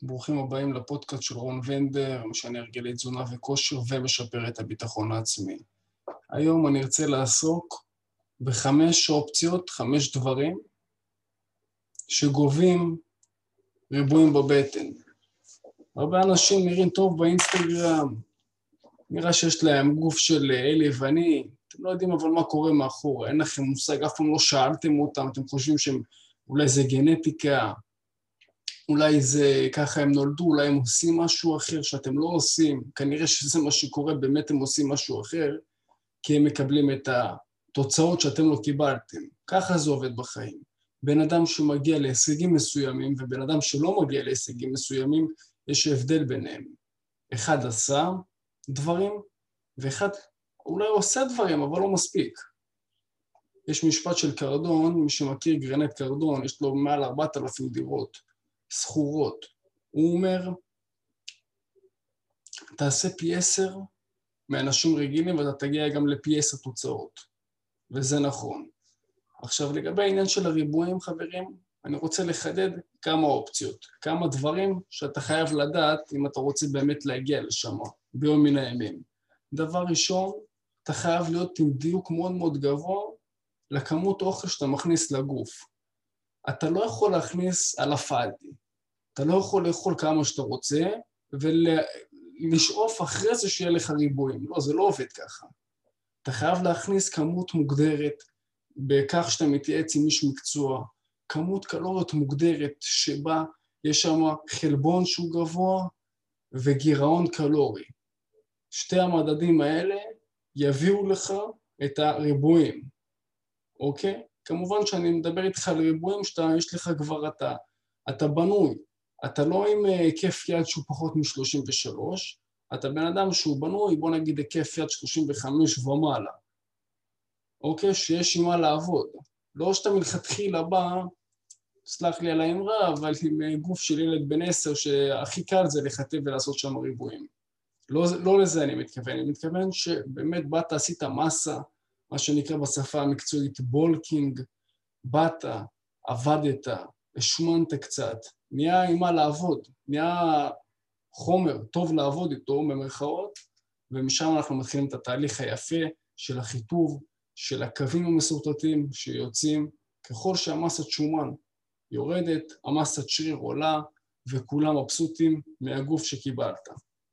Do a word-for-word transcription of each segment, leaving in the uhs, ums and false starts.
ברוכים הבאים לפודקאסט של רון ונדר, משנה הרגלי תזונה וכושר ומשפר את הביטחון העצמי. היום אני ארצה לעסוק בחמש אופציות, חמש דברים שגובים ריבועים בבטן. הרבה אנשים נראים טוב באינסטגרם, נראה שיש להם גוף של אלי ואני, אתם לא יודעים אבל מה קורה מאחור, אין לכם מושג, אף פעם לא שאלתם אותם, אתם חושבים שאולי זה גנטיקה, אולי זה ככה הם נולדו, אולי הם עושים משהו אחר שאתם לא עושים, כנראה שזה מה שקורה, באמת הם עושים משהו אחר, כי הם מקבלים את התוצאות שאתם לא קיבלתם. ככה זה עובד בחיים. בן אדם שמגיע להישגים מסוימים, ובן אדם שלא מגיע להישגים מסוימים, יש הבדל ביניהם. אחד עשה דברים, ואחד אולי עושה דברים, אבל לא מספיק. יש משפט של קרדון, מי שמכיר גרנט קרדון, יש לו מעל ארבעת אלפים דירות. סחורות. הוא אומר, תעשה פי עשר מאנשים רגילים ואתה תגיע גם לפי עשר תוצאות. וזה נכון. עכשיו, לגבי העניין של הריבועים, חברים, אני רוצה לחדד כמה אופציות, כמה דברים שאתה חייב לדעת אם אתה רוצה באמת להגיע לשם, ביום מן הימים. דבר ראשון, אתה חייב להיות עם דיוק מאוד מאוד גבוה לכמות אוכל שאתה מכניס לגוף. אתה לא יכול להכניס על הפאדי. אתה לא יכול לאכול כמה שאתה רוצה, ולשאוף אחרי זה שיהיה לך ריבועים. לא, זה לא עובד ככה. אתה חייב להכניס כמות מוגדרת, בכך שאתה מתייעץ עם איש מקצוע, כמות קלוריות מוגדרת, שבה יש שם חלבון שהוא גבוה, וגירעון קלורי. שתי המדדים האלה יביאו לך את הריבועים. אוקיי? כמובן שאני מדבר איתך על ריבועים, שאתה, יש לך כבר, אתה, אתה בנוי. אתה לא עם היקף יד שהוא פחות מ-שלושים ושלוש, אתה בן אדם שהוא בנוי, בוא נגיד היקף יד שלושים וחמש ומעלה. אוקיי? שיש עם מה לעבוד. לא שאתה מלכתחילה בא, סלח לי על האמרה, אבל עם גוף של ילד בן עשר, שהכי קל זה לכתב ולעשות שם ריבועים. לא, לא לזה אני מתכוון, אני מתכוון שבאמת באת, עשית מסה, מה שנקרא בשפה המקצועית בולקינג, באת, עבדת, השמנת קצת, נהיה עם מה לעבוד, נהיה חומר טוב לעבוד איתו במרכאות, ומשם אנחנו מתחילים את התהליך היפה של החיטוב, של הקווים המסורטטים שיוצאים, ככל שהמסת שומן יורדת, המסת שריר עולה, וכולם מבסוטים מהגוף שקיבלת.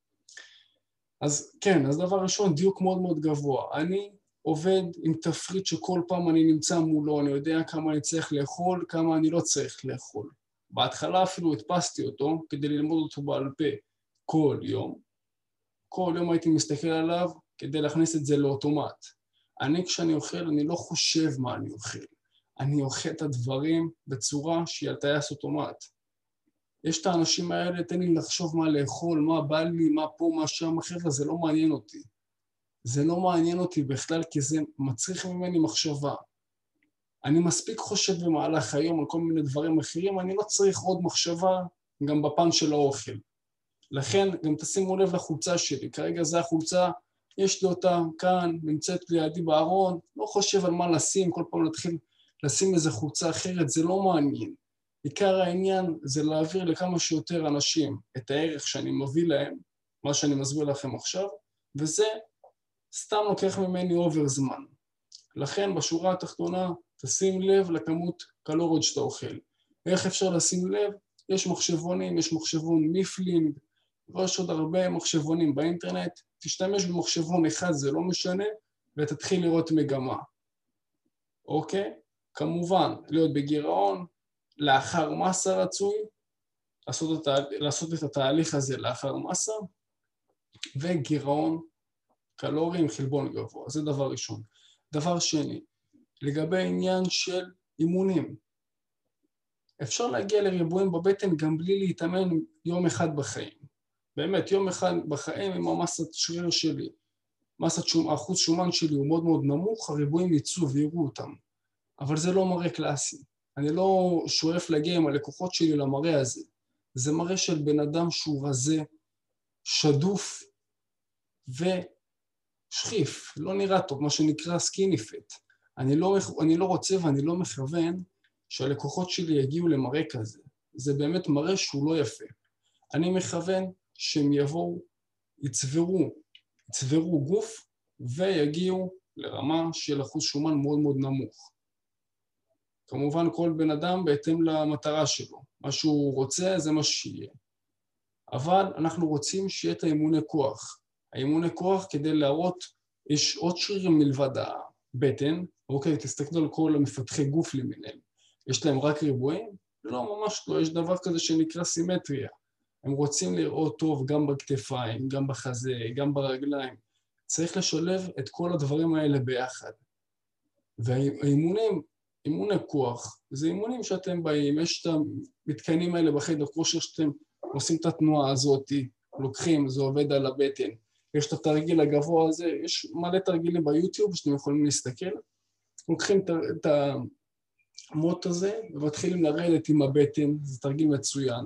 אז כן, אז דבר ראשון, דיוק מאוד מאוד גבוה. אני עובד עם תפריט שכל פעם אני נמצא מולו, אני יודע כמה אני צריך לאכול, כמה אני לא צריך לאכול. בהתחלה אפילו הדפסתי אותו כדי ללמוד אותו בעל פה כל יום. כל יום הייתי מסתכל עליו כדי להכניס את זה לאוטומט. אני כשאני אוכל, אני לא חושב מה אני אוכל. אני אוכל את הדברים בצורה שהיא על טייס אוטומט. יש את האנשים האלה, תן לי לחשוב מה לאכול, מה בא לי, מה פה, מה שם, חבר'ה, זה לא מעניין אותי. זה לא מעניין אותי בכלל, כי זה מצריך ממני מחשבה. אני מספיק חושב במהלך היום על כל מיני דברים אחרים, אני לא צריך עוד מחשבה גם בפן של האוכל. לכן גם תשימו לב לחולצה שלי, כרגע זו החולצה, יש לי אותה כאן, נמצאת לידי בארון, לא חושב על מה לשים, כל פעם להתחיל לשים איזו חולצה אחרת, זה לא מעניין. עיקר העניין זה להעביר לכמה שיותר אנשים את הערך שאני מביא להם, מה שאני מסביר לכם עכשיו, וזה סתם לוקח ממני אובר זמן. לכן בשורה התחתונה, תשים לב לכמות קלוריות שאתה אוכל. איך אפשר לשים לב? יש מחשבונים, יש מחשבון מיפלינג, ויש עוד הרבה מחשבונים באינטרנט. תשתמש במחשבון אחד, זה לא משנה, ותתחיל לראות מגמה. אוקיי? כמובן, להיות בגירעון, לאחר מסה רצוי, לעשות את, לעשות את התהליך הזה לאחר מסה, וגירעון קלורי עם חלבון גבוה. זה דבר ראשון. דבר שני, לגבי העניין של אימונים. אפשר להגיע לריבועים בבטן גם בלי להתאמן יום אחד בחיים. באמת, יום אחד בחיים עם המסת שריר שלי, מסת שום, אחוז שומן שלי הוא מאוד מאוד נמוך, הריבועים יצאו ויראו אותם. אבל זה לא מראה קלאסי. אני לא שואף להגיע עם הלקוחות שלי למראה הזה. זה מראה של בן אדם שהוא רזה, שדוף ושכיף. לא נראה טוב, מה שנקרא סקיני פט. אני לא, אני לא רוצה ואני לא מכוון שהלקוחות שלי יגיעו למראה כזה. זה באמת מראה שהוא לא יפה. אני מכוון שהם יבואו, יצברו, יצברו גוף ויגיעו לרמה של אחוז שומן מאוד מאוד נמוך. כמובן כל בן אדם בהתאם למטרה שלו, מה שהוא רוצה זה מה שיהיה. אבל אנחנו רוצים שיהיה את האימוני כוח. האימוני כוח כדי להראות, יש עוד שרירים מלבד הבטן, אוקיי, תסתכלו על כל המפתחי גוף למיניהם. יש להם רק ריבועים? לא, ממש לא, יש דבר כזה שנקרא סימטריה. הם רוצים לראות טוב גם בכתפיים, גם בחזה, גם ברגליים. צריך לשלב את כל הדברים האלה ביחד. והאימונים, אימוני כוח, זה אימונים שאתם באים, יש את המתקנים האלה בחדר כושר שאתם עושים את התנועה הזאת, לוקחים, זה עובד על הבטן. יש את התרגיל הגבוה הזה, יש מלא תרגילים ביוטיוב שאתם יכולים להסתכל. לוקחים את המוט הזה ומתחילים לרדת עם הבטן, זה תרגיל מצוין.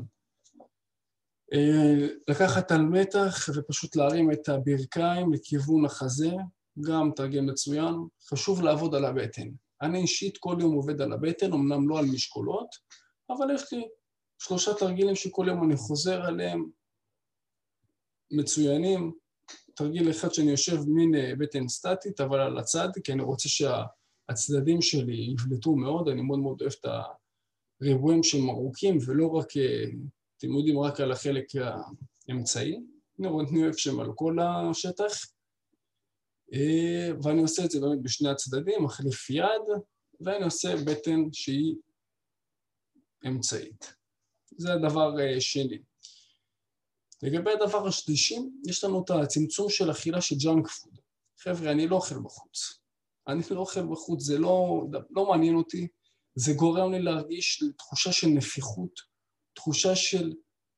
לקחת על מתח ופשוט להרים את הברכיים לכיוון החזה, גם תרגיל מצוין. חשוב לעבוד על הבטן. אני אישית כל יום עובד על הבטן, אמנם לא על משקולות, אבל יש לי שלושה תרגילים שכל יום אני חוזר עליהם, מצוינים. תרגיל אחד שאני יושב מין בטן סטטית, אבל על הצד, כי אני רוצה שהצדדים שלי יבלטו מאוד, אני מאוד מאוד אוהב את הריבועים שהם ארוכים, ולא רק, אתם יודעים, רק על החלק האמצעי, אני אוהב שהם על כל השטח, ואני עושה את זה באמת בשני הצדדים, מחליף יד, ואני עושה בטן שהיא אמצעית. זה הדבר שני. לגבי הדבר השלישי, יש לנו את הצמצום של אכילה של ג'אנק פוד. חבר'ה, אני לא אוכל בחוץ. אני לא אוכל בחוץ, זה לא, לא מעניין אותי. זה גורם לי להרגיש תחושה של נפיחות, תחושה של,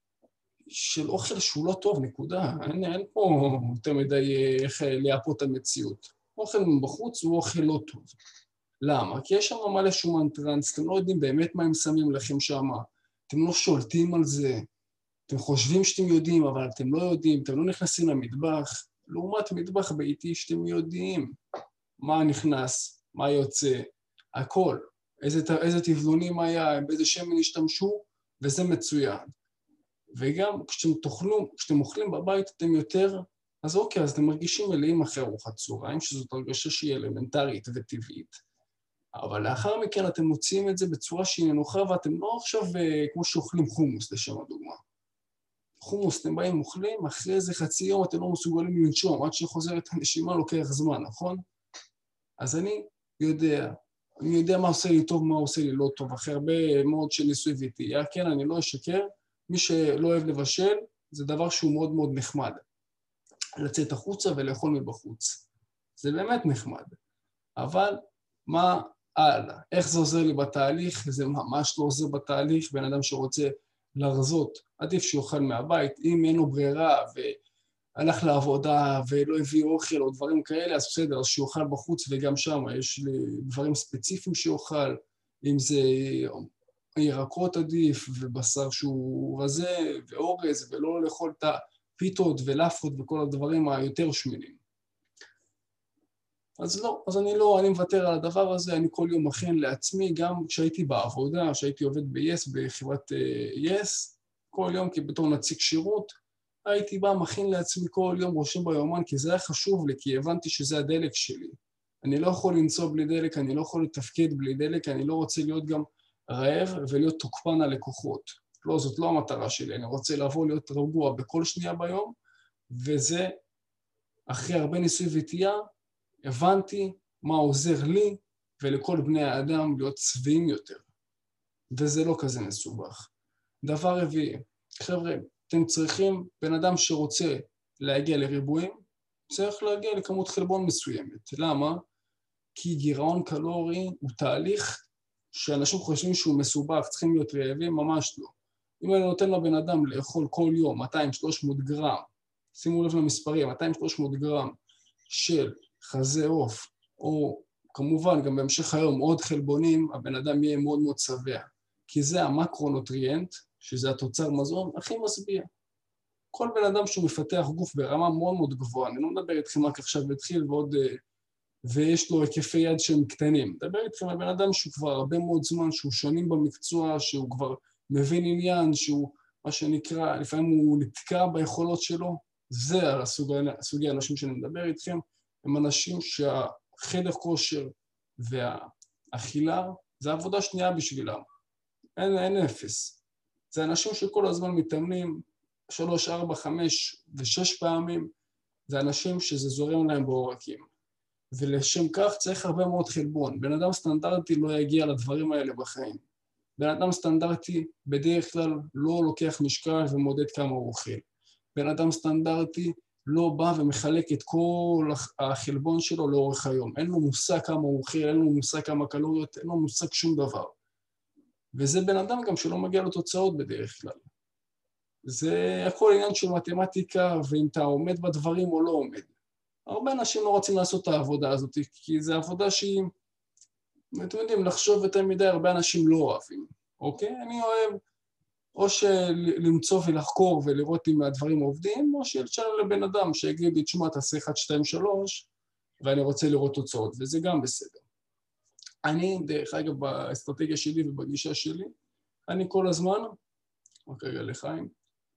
של אוכל שהוא לא טוב, נקודה. אין, אין פה יותר מדי איך להפות המציאות. אוכל בחוץ הוא אוכל לא טוב. למה? כי יש שם מלא שומן טרנס, אתם לא יודעים באמת מה הם שמים לכם שם, אתם לא שולטים על זה. אתם חושבים שאתם יודעים, אבל אתם לא יודעים, אתם לא נכנסים למטבח, לעומת מטבח ביתי שאתם יודעים מה נכנס, מה יוצא, הכל, איזה, איזה טבלונים היה, באיזה שמן השתמשו, וזה מצוין. וגם כשאתם תאכלו, כשאתם אוכלים בבית אתם יותר, אז אוקיי, אז אתם מרגישים מלאים אחרי ארוחת צהריים, שזאת הרגשה שהיא אלמנטרית וטבעית. אבל לאחר מכן אתם מוצאים את זה בצורה שהיא נוחה, ואתם לא עכשיו כמו שאוכלים חומוס, לשם הדוגמה. חומוס, אתם באים אוכלים, אחרי איזה חצי יום אתם לא מסוגלים לנשום, עד שחוזרת הנשימה לוקח זמן, נכון? אז אני יודע, אני יודע מה עושה לי טוב, מה עושה לי לא טוב, אחרי הרבה מאוד של ניסוי וטעייה, כן, אני לא אשקר, מי שלא אוהב לבשל, זה דבר שהוא מאוד מאוד נחמד. לצאת החוצה ולאכול מבחוץ. זה באמת נחמד. אבל מה הלאה? איך זה עוזר לי בתהליך? זה ממש לא עוזר בתהליך, בן אדם שרוצה לרזות, עדיף שיוכל מהבית, אם אין לו ברירה והלך לעבודה ולא הביא אוכל או דברים כאלה, אז בסדר, אז שיוכל בחוץ וגם שם יש לי דברים ספציפיים שיוכל, אם זה ירקות עדיף ובשר שהוא רזה ואורז ולא לאכול את הפיתות ולאפות וכל הדברים היותר שמינים. אז לא, אז אני לא, אני מוותר על הדבר הזה, אני כל יום מכין לעצמי, גם כשהייתי בעבודה, כשהייתי עובד ב-יס, בחברת יס, כל יום כבתור נציג שירות, הייתי בא מכין לעצמי כל יום, רושם ביומן, כי זה היה חשוב לי, כי הבנתי שזה הדלק שלי. אני לא יכול לנסוע בלי דלק, אני לא יכול לתפקד בלי דלק, אני לא רוצה להיות גם רעב ולהיות תוקפן על לקוחות. לא, זאת לא המטרה שלי, אני רוצה לבוא להיות רגוע בכל שנייה ביום, וזה, אחרי הרבה ניסוי וטעייה, הבנתי מה עוזר לי ולכל בני האדם להיות שבעים יותר. וזה לא כזה מסובך. דבר רביעי, חבר'ה, אתם צריכים, בן אדם שרוצה להגיע לריבועים, צריך להגיע לכמות חלבון מסוימת. למה? כי גירעון קלורי הוא תהליך שאנשים חושבים שהוא מסובך, צריכים להיות רעבים, ממש לא. אם אני נותן לבן אדם לאכול כל יום מאתיים שלוש מאות גרם, שימו לב למספרים, מאתיים שלוש מאות גרם של חזה עוף, או כמובן גם בהמשך היום עוד חלבונים, הבן אדם יהיה מאוד מאוד שבע. כי זה המקרונוטריאנט, שזה התוצר מזון, הכי משביע. כל בן אדם שהוא מפתח גוף ברמה מאוד מאוד גבוהה, אני לא מדבר איתכם רק עכשיו התחיל ועוד, ויש לו היקפי יד שהם קטנים. מדבר איתכם על בן אדם שהוא כבר הרבה מאוד זמן, שהוא שונים במקצוע, שהוא כבר מבין עניין, שהוא מה שנקרא, לפעמים הוא נתקע ביכולות שלו, זה הסוגי האנשים שאני מדבר איתכם, הם אנשים שהחדר כושר והאכילה, זה עבודה שנייה בשבילם, אין, אין אפס. זה אנשים שכל הזמן מתאמנים, שלוש, ארבע, חמש ושש פעמים, זה אנשים שזה זורם להם בעורקים. ולשם כך צריך הרבה מאוד חלבון. בן אדם סטנדרטי לא יגיע לדברים האלה בחיים. בן אדם סטנדרטי בדרך כלל לא לוקח משקל ומודד כמה הוא אוכל. בן אדם סטנדרטי לא בא ומחלק את כל החלבון שלו לאורך היום. אין לו מושג כמה הוא אוכל, אין לו מושג כמה קלוריות, אין לו מושג שום דבר. וזה בן אדם גם שלא מגיע לתוצאות בדרך כלל. זה הכל עניין של מתמטיקה, ואם אתה עומד בדברים או לא עומד. הרבה אנשים לא רוצים לעשות את העבודה הזאת, כי זו עבודה שהיא, אתם יודעים, לחשוב יותר מדי, הרבה אנשים לא אוהבים, אוקיי? אני אוהב או למצוא ולחקור ולראות אם הדברים עובדים, או שלשאל לבן אדם שיגיד לי, תשמע, תעשה אחת, שתיים, שלוש, ואני רוצה לראות תוצאות, וזה גם בסדר. אני, דרך אגב, באסטרטגיה שלי ובגישה שלי, אני כל הזמן, רק רגע לחיים,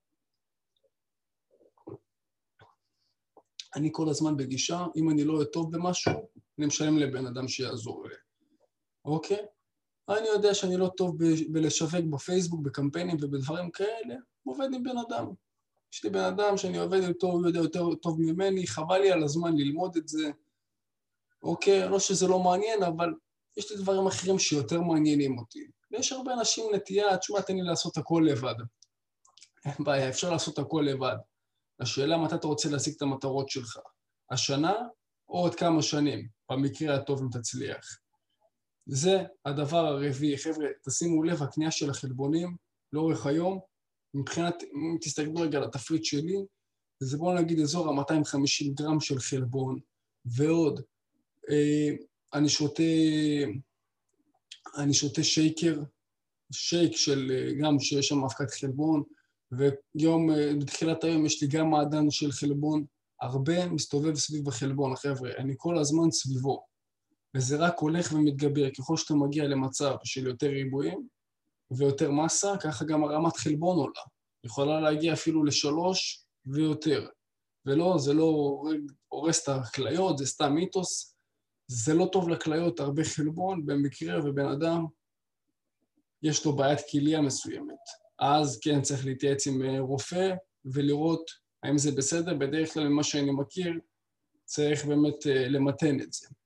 אני כל הזמן בגישה, אם אני לא אהיה טוב במשהו, אני משלם לבן אדם שיעזור לי. אוקיי? אני יודע שאני לא טוב ב- בלשווק בפייסבוק, בקמפיינים ובדברים כאלה, עובד עם בן אדם. יש לי בן אדם שאני עובד איתו, הוא יודע יותר טוב ממני, חבל לי על הזמן ללמוד את זה. אוקיי? לא שזה לא מעניין, אבל יש לי דברים אחרים שיותר מעניינים אותי. ויש הרבה אנשים נטייה, תשמע, תן לי לעשות הכל לבד. אין בעיה, אפשר לעשות הכל לבד. השאלה מתי אתה רוצה להשיג את המטרות שלך, השנה או עוד כמה שנים, במקרה הטוב אם תצליח. זה הדבר הרביעי, חבר'ה, תשימו לב, הקנייה של החלבונים לאורך היום, מבחינת, אם תסתכלו רגע על התפריט שלי, זה בואו נגיד אזור ה-מאתיים וחמישים גרם של חלבון, ועוד, אה, אני שותה, אני שותה שייקר, שייק של גם שיש שם אבקת חלבון, ויום, בתחילת היום יש לי גם מעדן של חלבון, הרבה מסתובב סביב החלבון, חבר'ה, אני כל הזמן סביבו, וזה רק הולך ומתגבר, ככל שאתה מגיע למצב של יותר ריבועים ויותר מסה, ככה גם הרמת חלבון עולה, יכולה להגיע אפילו לשלוש ויותר, ולא, זה לא הורס את הכליות, זה סתם מיתוס, זה לא טוב לכליות, הרבה חלבון, במקרה ובן אדם, יש לו בעיית כליה מסוימת. אז כן, צריך להתייעץ עם רופא ולראות האם זה בסדר. בדרך כלל ממה שאני מכיר, צריך באמת למתן את זה.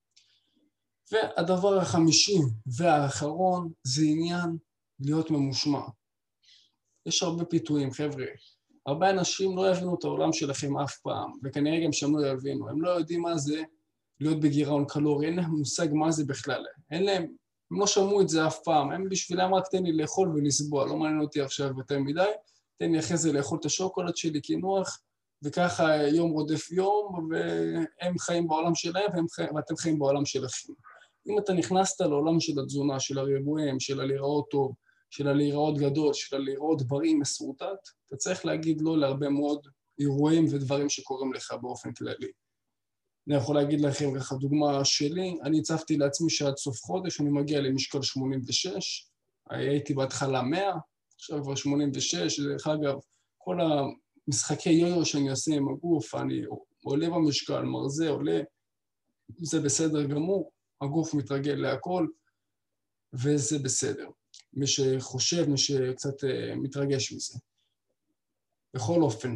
והדבר החמישי והאחרון זה עניין להיות ממושמע. יש הרבה פיתויים, חבר'ה. הרבה אנשים לא יבינו את העולם שלכם אף פעם, וכנראה גם שהם לא יבינו. הם לא יודעים מה זה להיות בגירעון קלורי, אין להם מושג מה זה בכלל. אין להם, הם לא שמעו את זה אף פעם, הם בשבילם רק תן לי לאכול ולסבוע, לא מעניין אותי עכשיו יותר מדי, תן לי אחרי זה לאכול את השוקולד שלי כי נוח, וככה יום רודף יום, והם חיים בעולם שלהם, והם חיים, ואתם חיים בעולם שלכם. אם אתה נכנסת לעולם של התזונה, של הריבועים, של הלהיראות טוב, של הלהיראות גדול, של הלהיראות בריא מסורטט, אתה צריך להגיד לא להרבה מאוד אירועים ודברים שקורים לך באופן כללי. אני יכול להגיד לכם ככה דוגמה שלי, אני הצבתי לעצמי שעד סוף חודש, אני מגיע למשקל שמונים ושש, הייתי בהתחלה מאה, עכשיו כבר שמונים ושש, דרך אגב, כל המשחקי יו-יו שאני עושה עם הגוף, אני עולה במשקל, מרזה, עולה, זה בסדר גמור, הגוף מתרגל להכל, וזה בסדר. מי שחושב, מי שקצת מתרגש מזה. בכל אופן,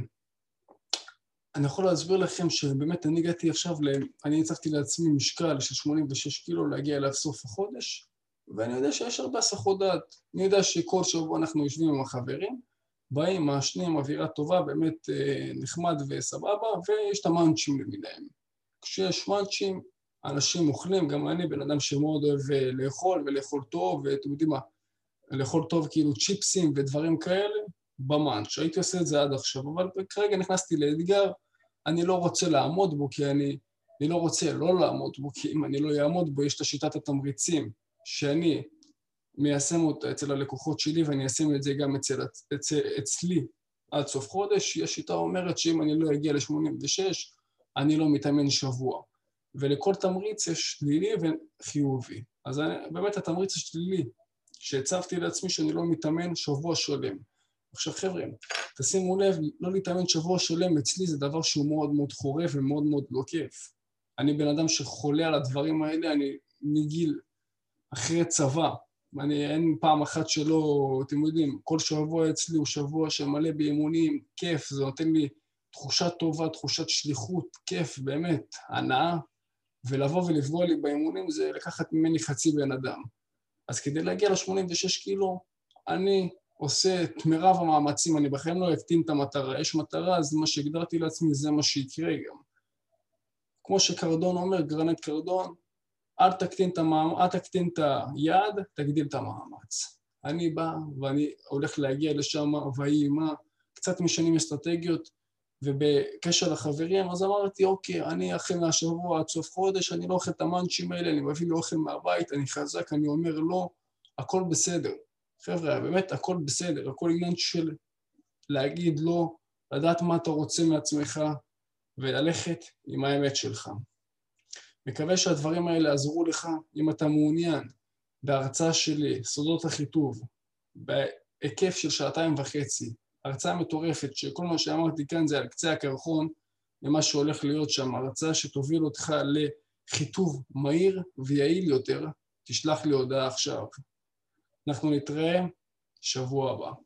אני יכול להסביר לכם שבאמת אני הגעתי עכשיו, אני הצבתי לעצמי משקל של שמונים ושש קילו להגיע אליו סוף החודש, ואני יודע שיש הרבה הסחות דעת. אני יודע שכל שבוע אנחנו יושבים עם החברים, באים, מעשנים, אווירה טובה, באמת נחמד וסבבה, ויש את המאנצ'ים למיניהם. כשיש מאנצ'ים, אנשים אוכלים, גם אני בן אדם שמאוד אוהב לאכול ולאכול טוב, ואתם יודעים מה, לאכול טוב כאילו צ'יפסים ודברים כאלה, במאנץ'. הייתי עושה את זה עד עכשיו, אבל כרגע נכנסתי לאתגר, אני לא רוצה לעמוד בו, כי אני, אני לא רוצה לא לעמוד בו, כי אם אני לא אעמוד בו, יש את השיטת התמריצים, שאני מיישם אותה אצל הלקוחות שלי, ואני איישם את זה גם אצל, אצל, אצלי עד סוף חודש. השיטה אומרת שאם אני לא אגיע ל-שמונים ושש, אני לא מתאמן שבוע. ולכל תמריץ יש שלילי וחיובי. אז אני, באמת התמריץ השלילי, שהצבתי לעצמי שאני לא מתאמן שבוע שלם. עכשיו חבר'ה, תשימו לב, לא להתאמן שבוע שלם אצלי זה דבר שהוא מאוד מאוד חורף ומאוד מאוד לא כיף. אני בן אדם שחולה על הדברים האלה, אני מגיל אחרי צבא, אני אין פעם אחת שלא, אתם יודעים, כל שבוע אצלי הוא שבוע שמלא באימונים, כיף, זה נותן לי תחושת טובה, תחושת שליחות, כיף, באמת, הנאה, ולבוא ולפגוע לי באימונים זה לקחת ממני חצי בן אדם. אז כדי להגיע ל-שמונים ושש קילו, אני עושה את מרב המאמצים, אני בכלל לא אקטין את המטרה, יש מטרה, אז מה שהגדרתי לעצמי זה מה שיקרה גם. כמו שקרדון אומר, גרנט קרדון, אל תקטין את המאמץ, אל תקטין את היעד, תגדיל את המאמץ. אני בא ואני הולך להגיע לשם, והיא מה, קצת משנים אסטרטגיות, ובקשר לחברים, אז אמרתי, אוקיי, אני אחרי מהשבוע עד סוף חודש, אני לא אוכל את המאנצ'ים האלה, אני מביא לי אוכל מהבית, אני חזק, אני אומר לא, הכל בסדר. חבר'ה, באמת הכל בסדר, הכל עניין של להגיד לא, לדעת מה אתה רוצה מעצמך, וללכת עם האמת שלך. מקווה שהדברים האלה עזרו לך, אם אתה מעוניין בהרצאה שלי, סודות החיטוב, בהיקף של שעתיים וחצי, הרצאה מטורפת שכל מה שאמרתי כאן זה על קצה הקרחון, למה שהולך להיות שם, הרצאה שתוביל אותך לחיטוב מהיר ויעיל יותר, תשלח לי הודעה עכשיו. אנחנו נתראה שבוע הבא.